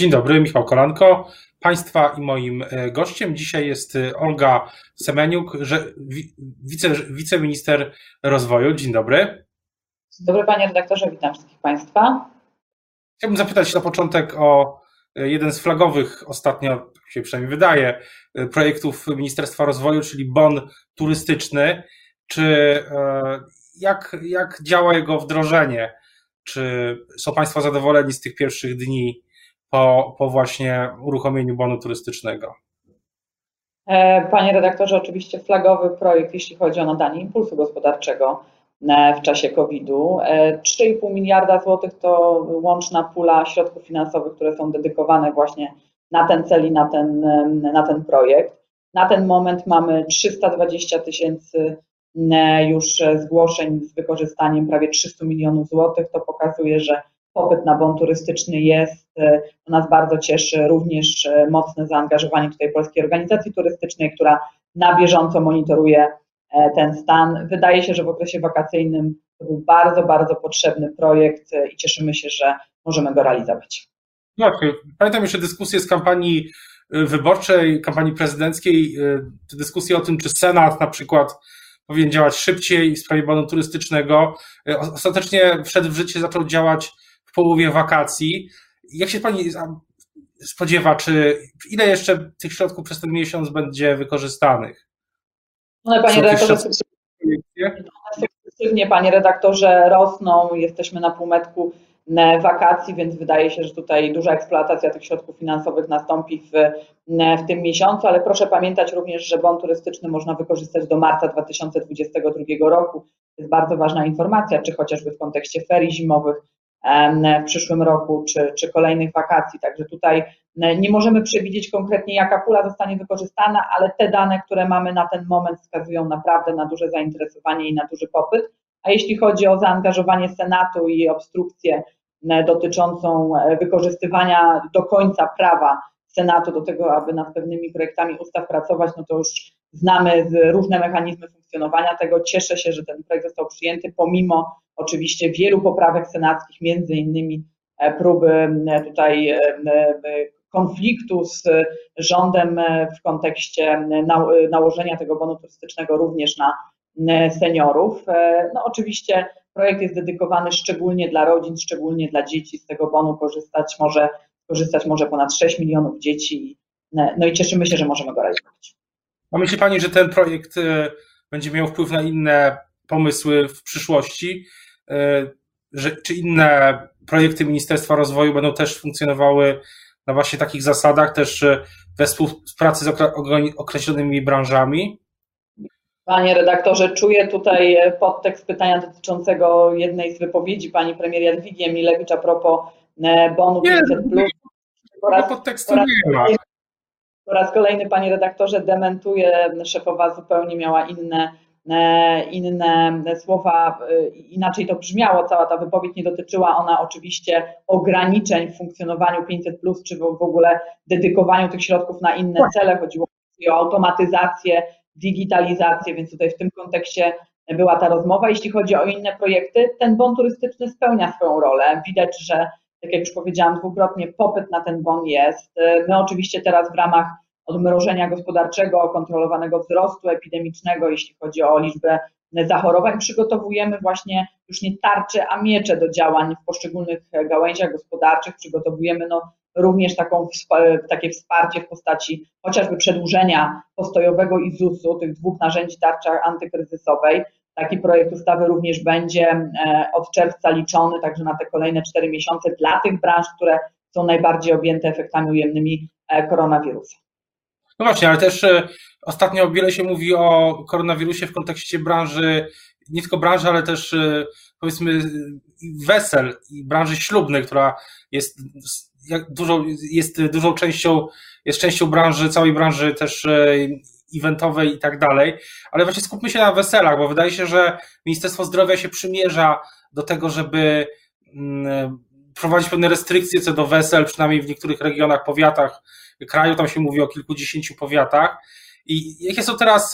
Dzień dobry, Michał Kolanko. Państwa i moim gościem dzisiaj jest Olga Semeniuk, wiceminister rozwoju. Dzień dobry. Dzień dobry, panie redaktorze, witam wszystkich państwa. Chciałbym zapytać na początek o jeden z flagowych ostatnio, tak się przynajmniej wydaje, projektów Ministerstwa Rozwoju, czyli bon turystyczny. Jak działa jego wdrożenie? Czy są państwo zadowoleni z tych pierwszych dni po właśnie uruchomieniu bonu turystycznego? Panie redaktorze, oczywiście flagowy projekt, jeśli chodzi o nadanie impulsu gospodarczego w czasie COVID-u. 3,5 miliarda złotych to łączna pula środków finansowych, które są dedykowane właśnie na ten cel i na ten projekt. Na ten moment mamy 320 tysięcy już zgłoszeń z wykorzystaniem prawie 300 milionów złotych. To pokazuje, że popyt na bon turystyczny jest. To nas bardzo cieszy, również mocne zaangażowanie tutaj Polskiej Organizacji Turystycznej, która na bieżąco monitoruje ten stan. Wydaje się, że w okresie wakacyjnym to był bardzo, bardzo potrzebny projekt i cieszymy się, że możemy go realizować. No, pamiętam jeszcze dyskusję z kampanii wyborczej, kampanii prezydenckiej, dyskusję o tym, czy Senat na przykład powinien działać szybciej w sprawie bonu turystycznego. Ostatecznie wszedł w życie, zaczął działać w połowie wakacji. Jak się pani spodziewa, ile jeszcze tych środków przez ten miesiąc będzie wykorzystanych? One, panie redaktorze, sukcesywnie, panie redaktorze, rosną. Jesteśmy na półmetku wakacji, więc wydaje się, że tutaj duża eksploatacja tych środków finansowych nastąpi w tym miesiącu, ale proszę pamiętać również, że bon turystyczny można wykorzystać do marca 2022 roku. To jest bardzo ważna informacja, czy chociażby w kontekście ferii zimowych w przyszłym roku, czy kolejnych wakacji. Także tutaj nie możemy przewidzieć konkretnie, jaka pula zostanie wykorzystana, ale te dane, które mamy na ten moment, wskazują naprawdę na duże zainteresowanie i na duży popyt. A jeśli chodzi o zaangażowanie Senatu i obstrukcję dotyczącą wykorzystywania do końca prawa Senatu do tego, aby nad pewnymi projektami ustaw pracować, no to już znamy różne mechanizmy funkcjonowania tego. Cieszę się, że ten projekt został przyjęty pomimo oczywiście wielu poprawek senackich, między innymi próby tutaj konfliktu z rządem w kontekście nałożenia tego bonu turystycznego również na seniorów. No oczywiście projekt jest dedykowany szczególnie dla rodzin, szczególnie dla dzieci. Z tego bonu korzystać może ponad 6 milionów dzieci. No i cieszymy się, że możemy go realizować. A myśli pani, że ten projekt będzie miał wpływ na inne pomysły w przyszłości? Czy inne projekty Ministerstwa Rozwoju będą też funkcjonowały na właśnie takich zasadach, też we współpracy z określonymi branżami? Panie redaktorze, czuję tutaj podtekst pytania dotyczącego jednej z wypowiedzi pani premier Jadwigi Emilewicz a propos bonu 500+. Podtekstu nie ma. Po raz kolejny, panie redaktorze, dementuje, szefowa zupełnie miała inne słowa, inaczej to brzmiało, cała ta wypowiedź nie dotyczyła ona oczywiście ograniczeń w funkcjonowaniu 500+, czy w ogóle dedykowaniu tych środków na inne cele, chodziło o automatyzację, digitalizację, więc tutaj w tym kontekście była ta rozmowa. Jeśli chodzi o inne projekty, ten bon turystyczny spełnia swoją rolę. Widać, że tak jak już powiedziałam dwukrotnie, popyt na ten bon jest. My oczywiście teraz w ramach odmrożenia gospodarczego, kontrolowanego wzrostu epidemicznego, jeśli chodzi o liczbę zachorowań, przygotowujemy właśnie już nie tarcze, a miecze do działań w poszczególnych gałęziach gospodarczych. Przygotowujemy również takie wsparcie w postaci chociażby przedłużenia postojowego i ZUS-u, tych dwóch narzędzi tarczy antykryzysowej. Taki projekt ustawy również będzie od czerwca liczony, także na te kolejne 4 miesiące dla tych branż, które są najbardziej objęte efektami ujemnymi koronawirusa. No właśnie, ale też ostatnio wiele się mówi o koronawirusie w kontekście branży, nie tylko branży, ale też powiedzmy wesel i branży ślubnej, która jest dużą częścią, jest częścią branży, całej branży też eventowej i tak dalej, ale właśnie skupmy się na weselach, bo wydaje się, że Ministerstwo Zdrowia się przymierza do tego, żeby prowadzić pewne restrykcje co do wesel, przynajmniej w niektórych regionach, powiatach kraju, tam się mówi o kilkudziesięciu powiatach. I jakie są teraz,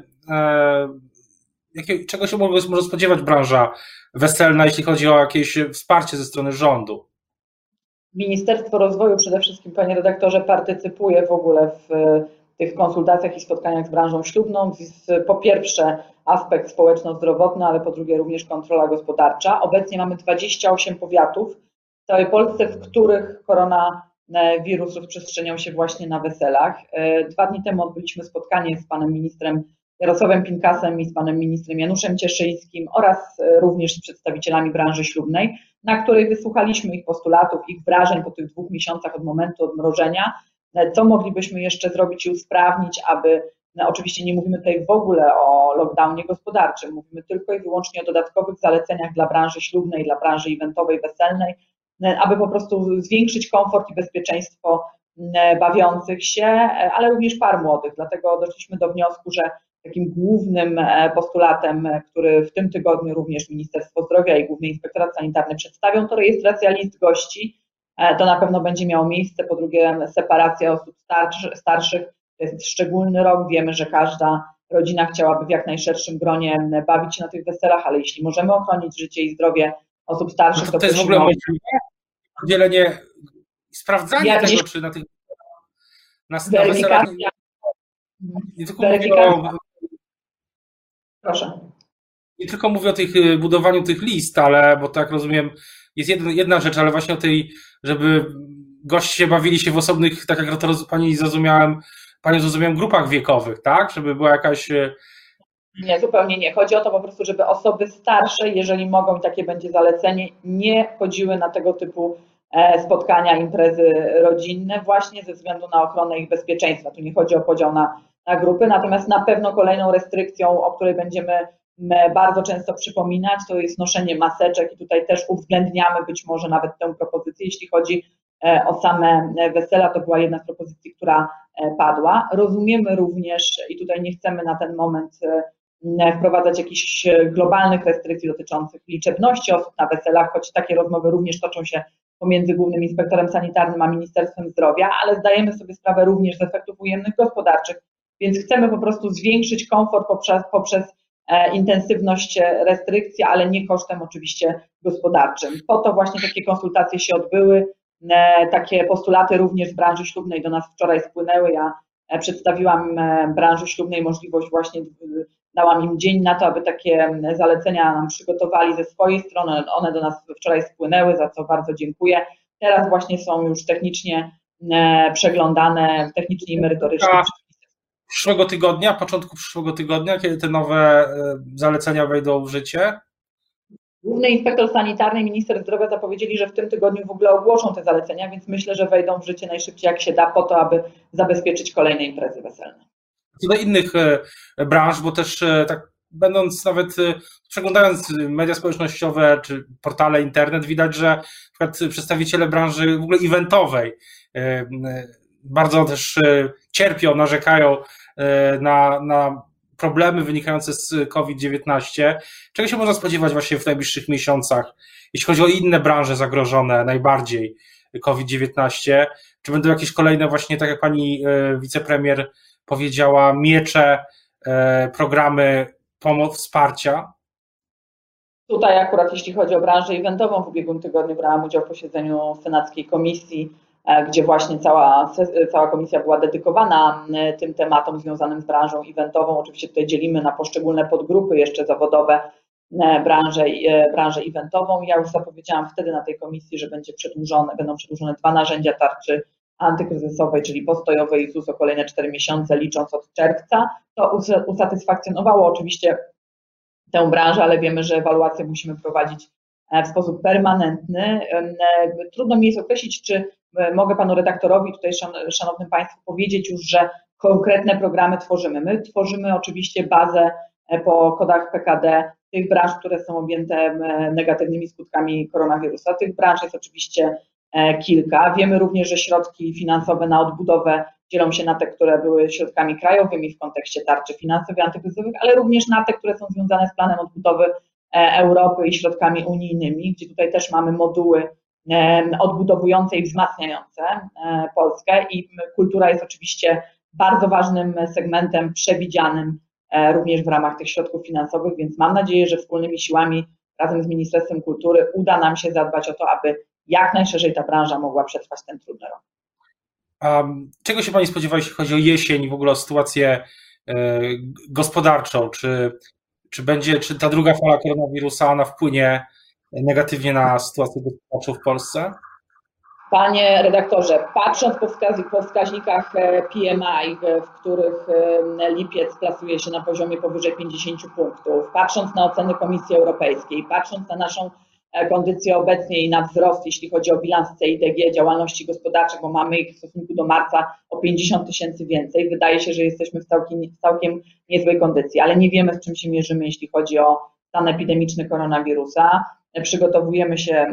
czego się może spodziewać branża weselna, jeśli chodzi o jakieś wsparcie ze strony rządu? Ministerstwo Rozwoju przede wszystkim, panie redaktorze, partycypuje w ogóle w tych konsultacjach i spotkaniach z branżą ślubną. Po pierwsze aspekt społeczno-zdrowotny, ale po drugie również kontrola gospodarcza. Obecnie mamy 28 powiatów w całej Polsce, w których koronawirus rozprzestrzeniał się właśnie na weselach. 2 dni temu odbyliśmy spotkanie z panem ministrem Jarosławem Pinkasem i z panem ministrem Januszem Cieszyńskim oraz również z przedstawicielami branży ślubnej, na której wysłuchaliśmy ich postulatów, ich wrażeń po tych 2 miesiącach od momentu odmrożenia, co moglibyśmy jeszcze zrobić i usprawnić, aby, oczywiście nie mówimy tutaj w ogóle o lockdownie gospodarczym, mówimy tylko i wyłącznie o dodatkowych zaleceniach dla branży ślubnej, dla branży eventowej, weselnej, aby po prostu zwiększyć komfort i bezpieczeństwo bawiących się, ale również par młodych. Dlatego doszliśmy do wniosku, że takim głównym postulatem, który w tym tygodniu również Ministerstwo Zdrowia i Główny Inspektorat Sanitarny przedstawią, to rejestracja list gości. To na pewno będzie miało miejsce. Po drugie, separacja osób starszych. To jest szczególny rok. Wiemy, że każda rodzina chciałaby w jak najszerszym gronie bawić się na tych weselach, ale jeśli możemy ochronić życie i zdrowie osób starszych, to jest w ogóle możliwe? Udzielenie, sprawdzanie tego, czy na tych na weselach nie tylko mówię o... Proszę. Nie tylko mówię o tych budowaniu tych list, ale, bo tak rozumiem, jest jedna rzecz, ale właśnie o tej, żeby goście bawili się w osobnych, tak jak to panią zrozumiałem, grupach wiekowych, tak? Żeby była jakaś... Nie, zupełnie nie. Chodzi o to po prostu, żeby osoby starsze, jeżeli mogą i takie będzie zalecenie, nie chodziły na tego typu spotkania, imprezy rodzinne właśnie ze względu na ochronę ich bezpieczeństwa. Tu nie chodzi o podział na grupy, natomiast na pewno kolejną restrykcją, o której będziemy bardzo często przypominać, to jest noszenie maseczek i tutaj też uwzględniamy być może nawet tę propozycję, jeśli chodzi o same wesela, to była jedna z propozycji, która padła. Rozumiemy również i tutaj nie chcemy na ten moment wprowadzać jakichś globalnych restrykcji dotyczących liczebności osób na weselach, choć takie rozmowy również toczą się pomiędzy Głównym Inspektorem Sanitarnym a Ministerstwem Zdrowia, ale zdajemy sobie sprawę również z efektów ujemnych gospodarczych, więc chcemy po prostu zwiększyć komfort poprzez intensywność restrykcji, ale nie kosztem oczywiście gospodarczym. Po to właśnie takie konsultacje się odbyły, takie postulaty również z branży ślubnej do nas wczoraj spłynęły. Ja przedstawiłam branży ślubnej możliwość właśnie, dałam im dzień na to, aby takie zalecenia nam przygotowali ze swojej strony. One do nas wczoraj spłynęły, za co bardzo dziękuję. Teraz właśnie są już technicznie przeglądane, technicznie i merytorycznie. Przyszłego tygodnia, początku przyszłego tygodnia, kiedy te nowe zalecenia wejdą w życie? Główny Inspektor Sanitarny i Minister Zdrowia zapowiedzieli, że w tym tygodniu w ogóle ogłoszą te zalecenia, więc myślę, że wejdą w życie najszybciej jak się da po to, aby zabezpieczyć kolejne imprezy weselne. Co do innych branż, bo też tak będąc nawet, przeglądając media społecznościowe czy portale internet, widać, że na przykład przedstawiciele branży w ogóle eventowej bardzo też cierpią, narzekają na problemy wynikające z COVID-19. Czego się można spodziewać właśnie w najbliższych miesiącach, jeśli chodzi o inne branże zagrożone najbardziej COVID-19? Czy będą jakieś kolejne właśnie, tak jak pani wicepremier powiedziała, miecze, programy wsparcia? Tutaj akurat jeśli chodzi o branżę eventową, w ubiegłym tygodniu brałam udział w posiedzeniu Senackiej Komisji, gdzie właśnie cała komisja była dedykowana tym tematom związanym z branżą eventową. Oczywiście tutaj dzielimy na poszczególne podgrupy jeszcze zawodowe branżę eventową. Ja już zapowiedziałam wtedy na tej komisji, że będą przedłużone 2 narzędzia tarczy antykryzysowej, czyli postojowej i ZUS o kolejne 4 miesiące, licząc od czerwca. To usatysfakcjonowało oczywiście tę branżę, ale wiemy, że ewaluację musimy prowadzić w sposób permanentny. Trudno mi jest określić, czy mogę panu redaktorowi, tutaj szanownym państwu powiedzieć już, że konkretne programy tworzymy. My tworzymy oczywiście bazę po kodach PKD tych branż, które są objęte negatywnymi skutkami koronawirusa. Tych branż jest oczywiście kilka. Wiemy również, że środki finansowe na odbudowę dzielą się na te, które były środkami krajowymi w kontekście tarczy finansowej antykryzysowych, ale również na te, które są związane z planem odbudowy Europy i środkami unijnymi, gdzie tutaj też mamy moduły odbudowujące i wzmacniające Polskę i kultura jest oczywiście bardzo ważnym segmentem przewidzianym również w ramach tych środków finansowych, więc mam nadzieję, że wspólnymi siłami razem z Ministerstwem Kultury uda nam się zadbać o to, aby jak najszerzej ta branża mogła przetrwać ten trudny rok. A czego się Pani spodziewa, jeśli chodzi o jesień i w ogóle o sytuację gospodarczą? Czy ta druga fala koronawirusa ona wpłynie negatywnie na sytuację gospodarczą w Polsce? Panie redaktorze, patrząc po wskaźnikach PMI, w których lipiec plasuje się na poziomie powyżej 50 punktów, patrząc na oceny Komisji Europejskiej, patrząc na naszą kondycję obecnie i na wzrost, jeśli chodzi o bilans CIDG działalności gospodarczej, bo mamy ich w stosunku do marca o 50 000 więcej, wydaje się, że jesteśmy w całkiem niezłej kondycji, ale nie wiemy, z czym się mierzymy, jeśli chodzi o stan epidemiczny koronawirusa. Przygotowujemy się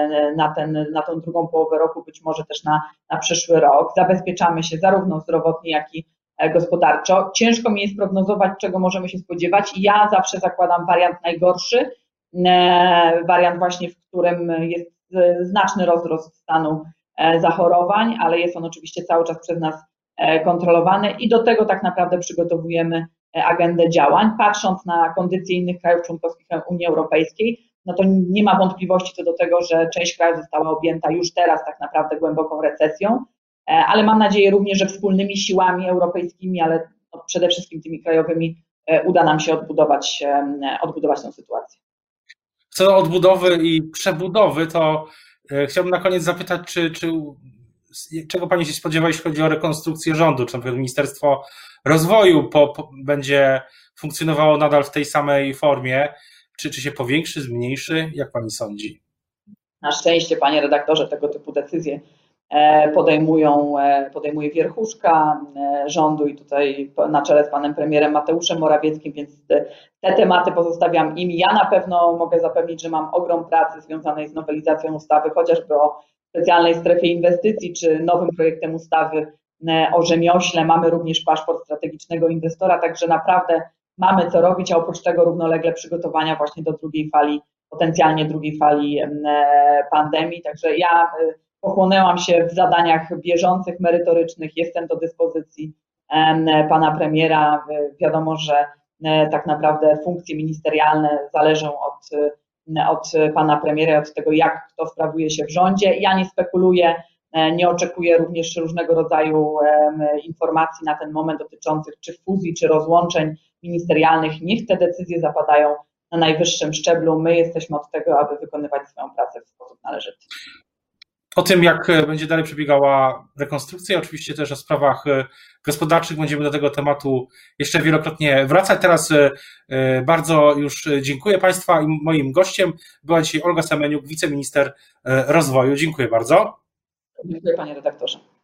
na tą drugą połowę roku, być może też na przyszły rok. Zabezpieczamy się zarówno zdrowotnie, jak i gospodarczo. Ciężko mi jest prognozować, czego możemy się spodziewać. Ja zawsze zakładam wariant najgorszy, wariant właśnie, w którym jest znaczny rozrost stanu zachorowań, ale jest on oczywiście cały czas przez nas kontrolowany i do tego tak naprawdę przygotowujemy agendę działań. Patrząc na kondycję innych krajów członkowskich Unii Europejskiej, no to nie ma wątpliwości co do tego, że część krajów została objęta już teraz tak naprawdę głęboką recesją, ale mam nadzieję również, że wspólnymi siłami europejskimi, ale przede wszystkim tymi krajowymi uda nam się odbudować tę sytuację. Co do odbudowy i przebudowy, to chciałbym na koniec zapytać, czego Pani się spodziewa, jeśli chodzi o rekonstrukcję rządu? Czy na przykład Ministerstwo Rozwoju będzie funkcjonowało nadal w tej samej formie? Czy się powiększy, zmniejszy? Jak Pani sądzi? Na szczęście, panie redaktorze, tego typu decyzje podejmuje wierchuszka rządu i tutaj na czele z panem premierem Mateuszem Morawieckim, więc te tematy pozostawiam im. Ja na pewno mogę zapewnić, że mam ogrom pracy związanej z nowelizacją ustawy, chociażby o specjalnej strefie inwestycji, czy nowym projektem ustawy o rzemiośle. Mamy również paszport strategicznego inwestora, także naprawdę mamy co robić, a oprócz tego równolegle przygotowania właśnie do potencjalnie drugiej fali pandemii. Także ja pochłonęłam się w zadaniach bieżących, merytorycznych, jestem do dyspozycji pana premiera. Wiadomo, że tak naprawdę funkcje ministerialne zależą od pana premiera, od tego, jak kto sprawuje się w rządzie. Ja nie spekuluję, nie oczekuję również różnego rodzaju informacji na ten moment dotyczących czy fuzji, czy rozłączeń ministerialnych. Niech te decyzje zapadają na najwyższym szczeblu. My jesteśmy od tego, aby wykonywać swoją pracę w sposób należyty. O tym, jak będzie dalej przebiegała rekonstrukcja, oczywiście też o sprawach gospodarczych będziemy do tego tematu jeszcze wielokrotnie wracać. Teraz bardzo już dziękuję Państwa i moim gościem była dzisiaj Olga Semeniuk, wiceminister rozwoju. Dziękuję bardzo. Dziękuję panie redaktorze.